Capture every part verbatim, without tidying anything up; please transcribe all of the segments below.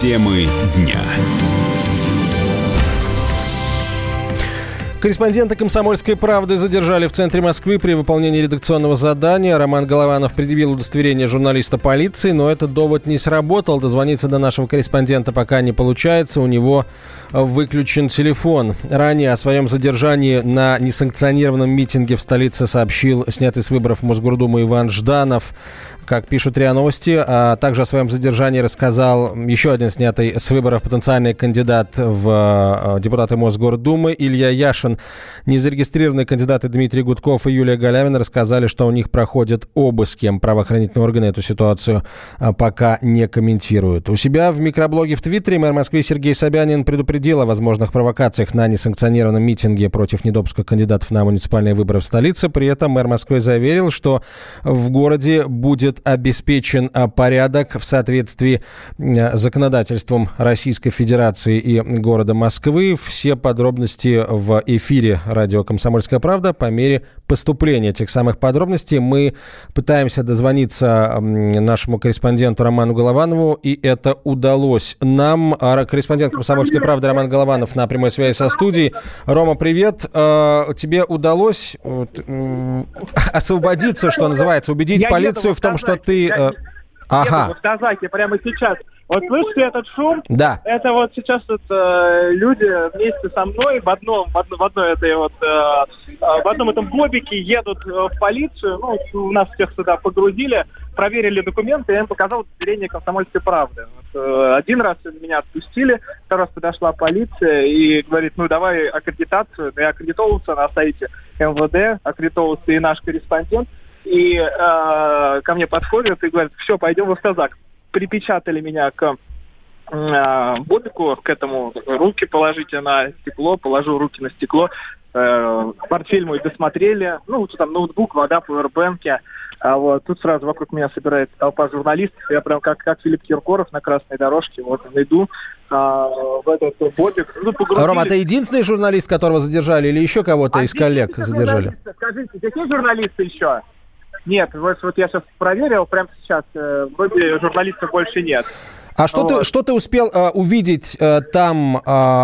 Темы дня. Корреспондента «Комсомольской правды» задержали в центре Москвы при выполнении редакционного задания. Роман Голованов предъявил удостоверение журналиста полиции, но этот довод не сработал. Дозвониться до нашего корреспондента пока не получается, у него выключен телефон. Ранее о своем задержании на несанкционированном митинге в столице сообщил снятый с выборов в Мосгордуму Иван Жданов. Как пишут РИА Новости, а также о своем задержании рассказал еще один снятый с выборов потенциальный кандидат в депутаты Мосгордумы Илья Яшин. Незарегистрированные кандидаты Дмитрий Гудков и Юлия Галямина рассказали, что у них проходят обыски. Правоохранительные органы эту ситуацию пока не комментируют. У себя в микроблоге в Твиттере мэр Москвы Сергей Собянин предупредил о возможных провокациях на несанкционированном митинге против недопуска кандидатов на муниципальные выборы в столице. При этом мэр Москвы заверил, что в городе будет обеспечен порядок в соответствии с законодательством Российской Федерации и города Москвы. Все подробности в эфире радио «Комсомольская правда» по мере поступления этих самых подробностей. Мы пытаемся дозвониться нашему корреспонденту Роману Голованову, и это удалось нам. Корреспондент «Комсомольской правды» Роман Голованов на прямой связи со студией. Рома, привет. Тебе удалось освободиться, что называется, убедить Я полицию в том, что ты... Я, ага. в Казахе прямо сейчас. Вот слышите этот шум? Да. Это вот сейчас вот, э, люди вместе со мной в одном, в одной, в одной этой вот, э, в одном этом бобике едут в полицию. Ну, у нас всех сюда погрузили, проверили документы, я им показал удостоверение «Комсомольской правды». Вот, э, один раз меня отпустили, второй раз подошла полиция и говорит, ну давай аккредитацию. Я аккредитовался на сайте эм вэ дэ, аккредитовался и наш корреспондент. И э, ко мне подходят и говорят, все, пойдем в автозак. Припечатали меня к э, бобику, к этому, руки положите на стекло, положу руки на стекло, э, портфель мой досмотрели, ну, вот там ноутбук, вода, пауэрбэнки. А вот тут сразу вокруг меня собирается толпа журналистов, я прям как, как Филипп Киркоров на красной дорожке, вот иду а, в этот бобик. Ну, Рома, ты единственный журналист, которого задержали, или еще кого-то а из коллег задержали? Скажите, какие журналисты еще? Нет, вот, вот я сейчас проверил, прямо сейчас, э, вроде журналистов больше нет. А что, вот. ты, что ты успел э, увидеть э, там,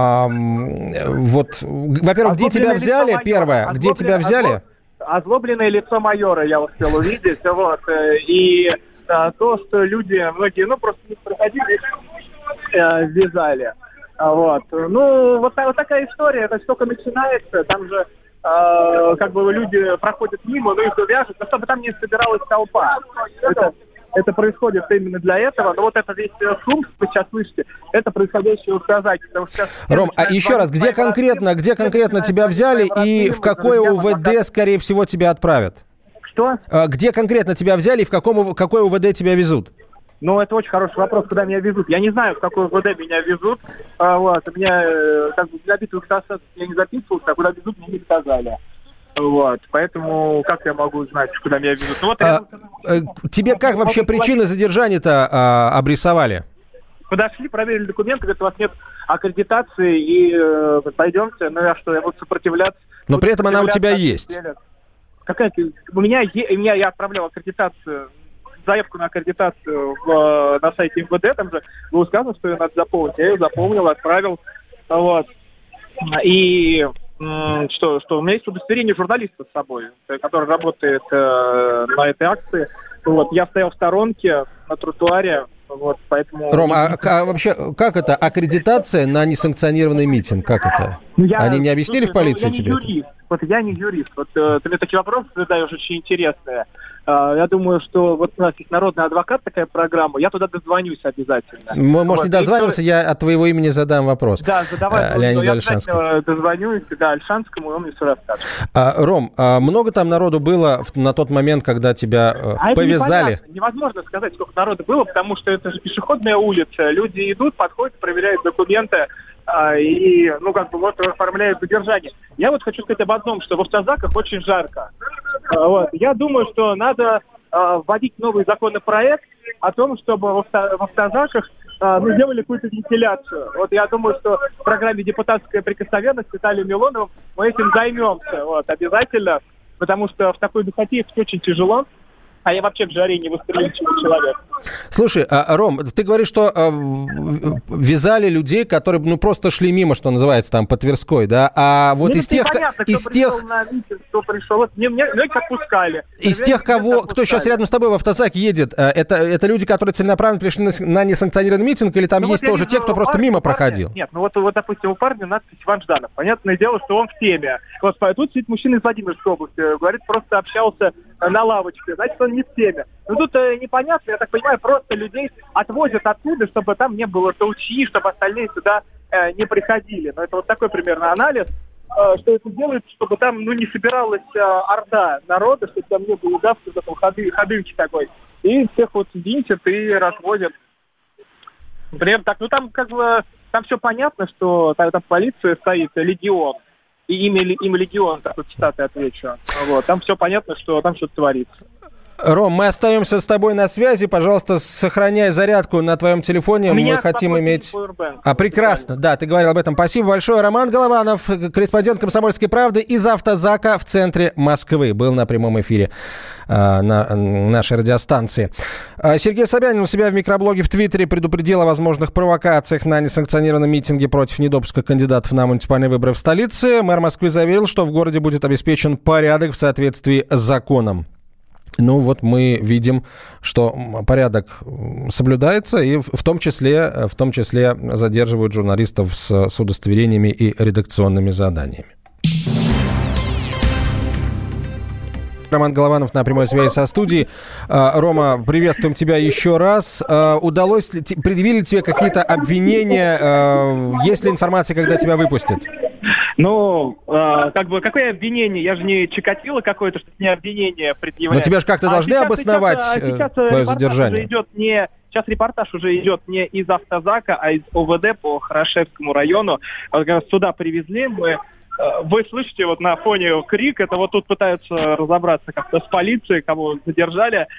э, вот, во-первых, где тебя взяли, майора, первое, где тебя взяли? Озлобленное лицо майора я успел увидеть, вот, э, и э, то, что люди, многие, ну, просто не проходили, э, вязали, вот. Ну, вот, вот такая история, это только начинается, там же как бы люди проходят мимо, но их вяжут, но чтобы там не собиралась толпа. Это, это происходит именно для этого, но вот это весь шум, вы сейчас слышите, это происходящее в Казахе. Ром, а еще раз, где конкретно, где конкретно тебя взяли и в какое УВД, скорее всего, тебя отправят? Что? Где конкретно тебя взяли и в каком, какое УВД тебя везут? Ну, это очень хороший вопрос, куда меня везут. Я не знаю, в какой УВД меня везут. А, вот, меня, как бы, для битвы я не записывался, а куда везут, мне не сказали. Вот, поэтому как я могу знать, куда меня везут? Ну, вот, а, я... Тебе как вот вообще причины задержания-то а, обрисовали? Подошли, проверили документы, говорят, у вас нет аккредитации, и э, пойдемте. Ну, я что, я буду сопротивляться. Но при этом она у тебя есть. Какая-то... У меня, е... у меня я отправлял аккредитацию, заявку на аккредитацию в, на сайте эм вэ дэ, там же было сказано, что ее надо заполнить. Я ее заполнил, отправил. Вот. И м- что, что у меня есть удостоверение журналиста с собой, который работает э, на этой акции. Вот. Я стоял в сторонке на тротуаре. Вот, поэтому... Ром, а, а вообще, как это? Аккредитация на несанкционированный митинг? Как это? Ну, я, Они не объяснили слушай, в полиции ну, тебе я не юрист. Вот я не юрист. Вот э, ты мне такие вопросы задаешь очень интересные. Э, я думаю, что вот у нас есть народный адвокат, такая программа, я туда дозвонюсь обязательно. Может, вот. не дозваниваться, я от твоего имени задам вопрос. Да, задавай. А, Леониду Ольшанскому. Я дозвонюсь, да, Ольшанскому, и он мне все расскажет. А, Ром, а много там народу было на тот момент, когда тебя а повязали? Это невозможно сказать, сколько народу было, потому что это же пешеходная улица. Люди идут, подходят, проверяют документы. И, ну, как бы, вот, оформляют задержание. Я вот хочу сказать об одном, что в автозаках очень жарко. Вот. Я думаю, что надо э, вводить новый законопроект о том, чтобы в, авто, в автозаках э, мы делали какую-то вентиляцию. Вот я думаю, что в программе «Депутатская прикосновенность» с Виталием Милоновым мы этим займемся. Вот, обязательно, потому что в такой духоте очень тяжело. а я вообще к жаре не восприимчивый человек. Слушай, Ром, ты говоришь, что э, вязали людей, которые, ну, просто шли мимо, что называется, там, по Тверской, да? А вот ну, из тех... Понятно, из кто тех... пришел на митинг, кто пришел... Вот, мне, мне, мне отпускали. Из тех, кого, кто сейчас рядом с тобой в автозаке едет, это, это люди, которые целенаправленно пришли на, на несанкционированный митинг, или там ну, есть вот тоже те, кто просто мимо парня, проходил? Нет, ну вот, вот, допустим, у парня надпись Иван Жданов. Понятное дело, что он в теме. Вот тут сидит мужчина из Владимирской области, говорит, просто общался на лавочке, значит, он не в теме. Ну тут э, непонятно, я так понимаю, просто людей отвозят оттуда, чтобы там не было толчьи, чтобы остальные сюда э, не приходили. Но это вот такой примерно анализ, э, что это делает, чтобы там ну, не собиралась э, орда народа, чтобы там не было давки, ходы, ходынки такой. И всех вот винтят и развозят. Например, так, ну там как бы там все понятно, что там, там полиция стоит, легион. И имя, имя легион, так вот цитаты отвечу. Вот, там все понятно, что там что-то творится. Ром, мы остаемся с тобой на связи. Пожалуйста, сохраняй зарядку на твоем телефоне. Мы хотим иметь... А, прекрасно. Да, ты говорил об этом. Спасибо большое. Роман Голованов, корреспондент «Комсомольской правды» из автозака в центре Москвы. Был на прямом эфире э, на нашей радиостанции. Сергей Собянин у себя в микроблоге в Твиттере предупредил о возможных провокациях на несанкционированном митинге против недопуска кандидатов на муниципальные выборы в столице. Мэр Москвы заверил, что в городе будет обеспечен порядок в соответствии с законом. Ну вот мы видим, что порядок соблюдается, и в том числе, в том числе задерживают журналистов с, с удостоверениями и редакционными заданиями. Роман Голованов на прямой связи со студией. Рома, приветствуем тебя еще раз. Удалось ли, предъявили тебе какие-то обвинения? Есть ли информация, когда тебя выпустят? Ну, э, как бы, какое обвинение? Я же не Чикатило какое-то, что не обвинение предъявляют. Но тебя же как-то а должны сейчас, обосновать сейчас, сейчас твое задержание. Уже идет не, сейчас репортаж уже идет не из автозака, а из ОВД по Хорошевскому району. Сюда привезли мы. Вы слышите, вот на фоне крик, это вот тут пытаются разобраться как-то с полицией, кого задержали.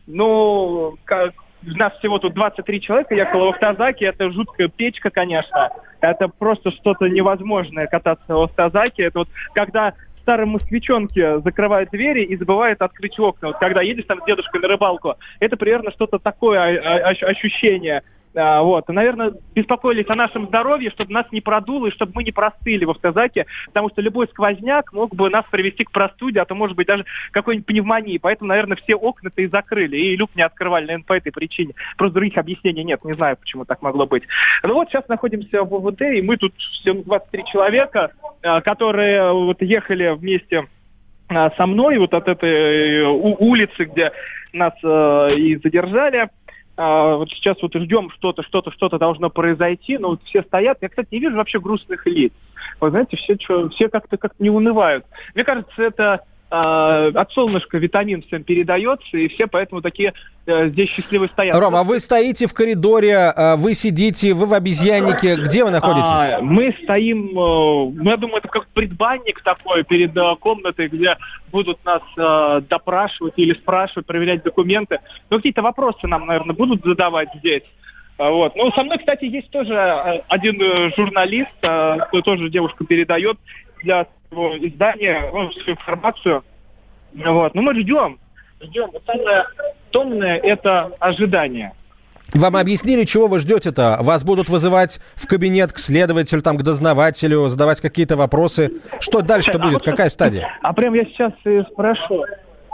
Ну, как... У нас всего тут двадцать три человека ехало в автозаке. Это жуткая печка, конечно. Это просто что-то невозможное кататься в автозаке. Это вот когда старые москвичонки закрывают двери и забывают открыть окна. Вот когда едешь там с дедушкой на рыбалку, это примерно что-то такое ощущение. А, вот. И, наверное, беспокоились о нашем здоровье, чтобы нас не продуло и чтобы мы не простыли в автозаке, потому что любой сквозняк мог бы нас привести к простуде, а то, может быть, даже какой-нибудь пневмонии. Поэтому, наверное, все окна-то и закрыли, и люк не открывали, наверное, по этой причине. Просто других объяснений нет, не знаю, почему так могло быть. Ну вот, сейчас находимся в ОВД, и мы тут все двадцать три человека, которые вот ехали вместе со мной вот от этой улицы, где нас и задержали. А, вот сейчас вот ждем что-то, что-то, что-то должно произойти, но вот все стоят. Я, кстати, не вижу вообще грустных лиц. Вы знаете, все, что, все как-то как-то не унывают. Мне кажется, это а, от солнышка витамин всем передается, и все поэтому такие а, здесь счастливые стоят. Ром, а вы стоите в коридоре, вы сидите, вы в обезьяннике. Где вы находитесь? А, мы стоим, ну, я думаю, это как предбанник такой перед а, комнатой, где будут нас а, допрашивать или спрашивать, проверять документы. Ну, какие-то вопросы нам, наверное, будут задавать здесь. А, вот. Ну, со мной, кстати, есть тоже один журналист, а, тоже девушка передает для своего издания ну, всю информацию. Вот. Ну, мы ждем. Ждем. Вот самое томное – это ожидание. Вам объяснили, чего вы ждете-то? Вас будут вызывать в кабинет к следователю, там, к дознавателю, задавать какие-то вопросы. Что дальше-то будет? А Какая стадия? А прям я сейчас и спрошу.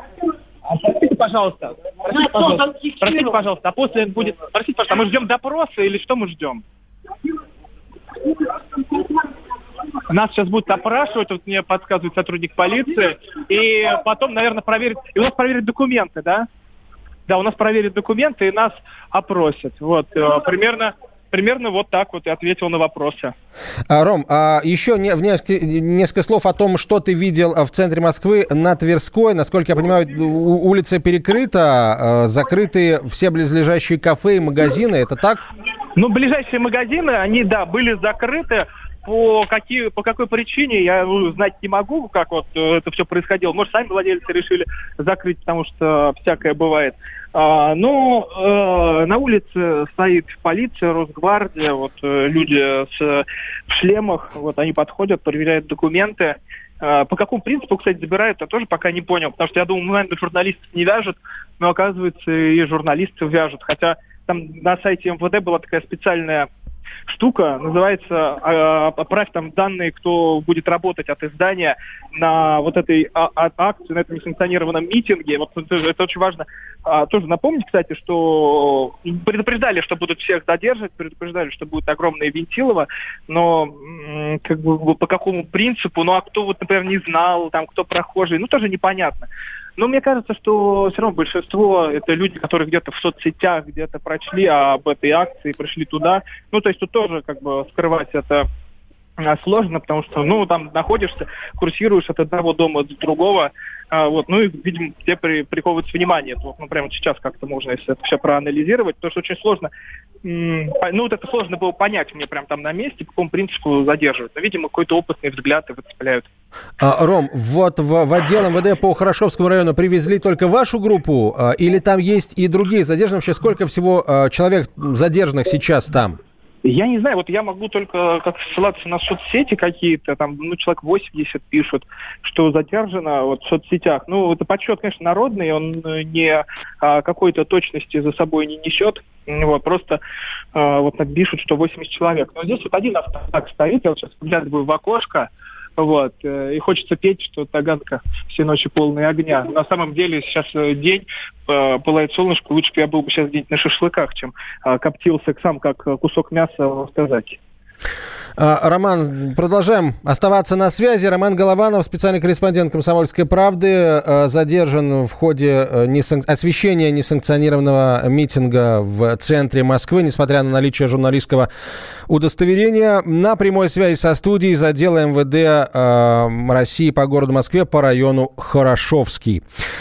А простите, пожалуйста. Простите, пожалуйста. Простите, пожалуйста. А после будет... Простите, пожалуйста, а мы ждем допроса или что мы ждем? Нас сейчас будут опрашивать, вот мне подсказывает сотрудник полиции, и потом, наверное, проверят... И у нас проверят документы, да? Да, у нас проверят документы и нас опросят. Вот, примерно... Примерно вот так вот и ответил на вопросы. А, Ром, а еще не, в несколько, несколько слов о том, что ты видел в центре Москвы на Тверской. Насколько я понимаю, улица перекрыта, закрыты все близлежащие кафе и магазины. Это так? Ну, ближайшие магазины, они, да, были закрыты. По, какие, по какой причине, я знать не могу, как вот это все происходило. Может, сами владельцы решили закрыть, потому что всякое бывает. А, но э, на улице стоит полиция, Росгвардия, вот э, люди с, в шлемах, вот они подходят, проверяют документы. По какому принципу, кстати, забирают, я тоже пока не понял, потому что я думал, наверное, журналистов не вяжут, но, оказывается, и журналисты вяжут. Хотя там на сайте эм вэ дэ была такая специальная штука, называется «Отправь там данные, кто будет работать от издания на вот этой а- а- акции, на этом несанкционированном митинге». Вот это, это очень важно. А, тоже напомнить, кстати, что предупреждали, что будут всех задерживать, предупреждали, что будет огромное Вентилово, но м- как бы по какому принципу, ну а кто вот, например, не знал, там, кто прохожий, ну тоже непонятно. Но мне кажется, что все равно большинство это люди, которые где-то в соцсетях, где-то прочли об этой акции, пришли туда. Ну, то есть тут тоже как бы скрывать это сложно, потому что, ну, там находишься, курсируешь от одного дома до другого, а, вот, ну, и, видимо, тебе при, приковывается внимание. Это, вот, ну, прямо сейчас как-то можно, если это все проанализировать, потому что очень сложно, м- ну, вот это сложно было понять мне прям там на месте, по какому принципу задерживать. Но, видимо, какой-то опытный взгляд и выцепляют. А, Ром, вот в, в отдел эм вэ дэ по Хорошевскому району привезли только вашу группу, а, или там есть и другие задержанные? Вообще, сколько всего а, человек задержанных сейчас там? Я не знаю, вот я могу только как ссылаться на соцсети какие-то, там, ну, человек восемьдесят пишут, что задержано вот в соцсетях. Ну, это подсчет, конечно, народный, он не а, какой-то точности за собой не несет. Вот, просто а, вот так пишут, что восемьдесят человек. Но здесь вот один автозак стоит, я вот сейчас взглядываю в окошко, вот, и хочется петь, что Таганка все ночи полные огня. На самом деле сейчас день, пылает солнышко, лучше бы я был бы сейчас где-нибудь на шашлыках, чем коптился сам как кусок мяса в автозаке. Роман, продолжаем оставаться на связи. Роман Голованов, специальный корреспондент «Комсомольской правды», задержан в ходе несан... освещения несанкционированного митинга в центре Москвы, несмотря на наличие журналистского удостоверения. На прямой связи со студией из отдела эм вэ дэ э, России по городу Москве по району Хорошевский.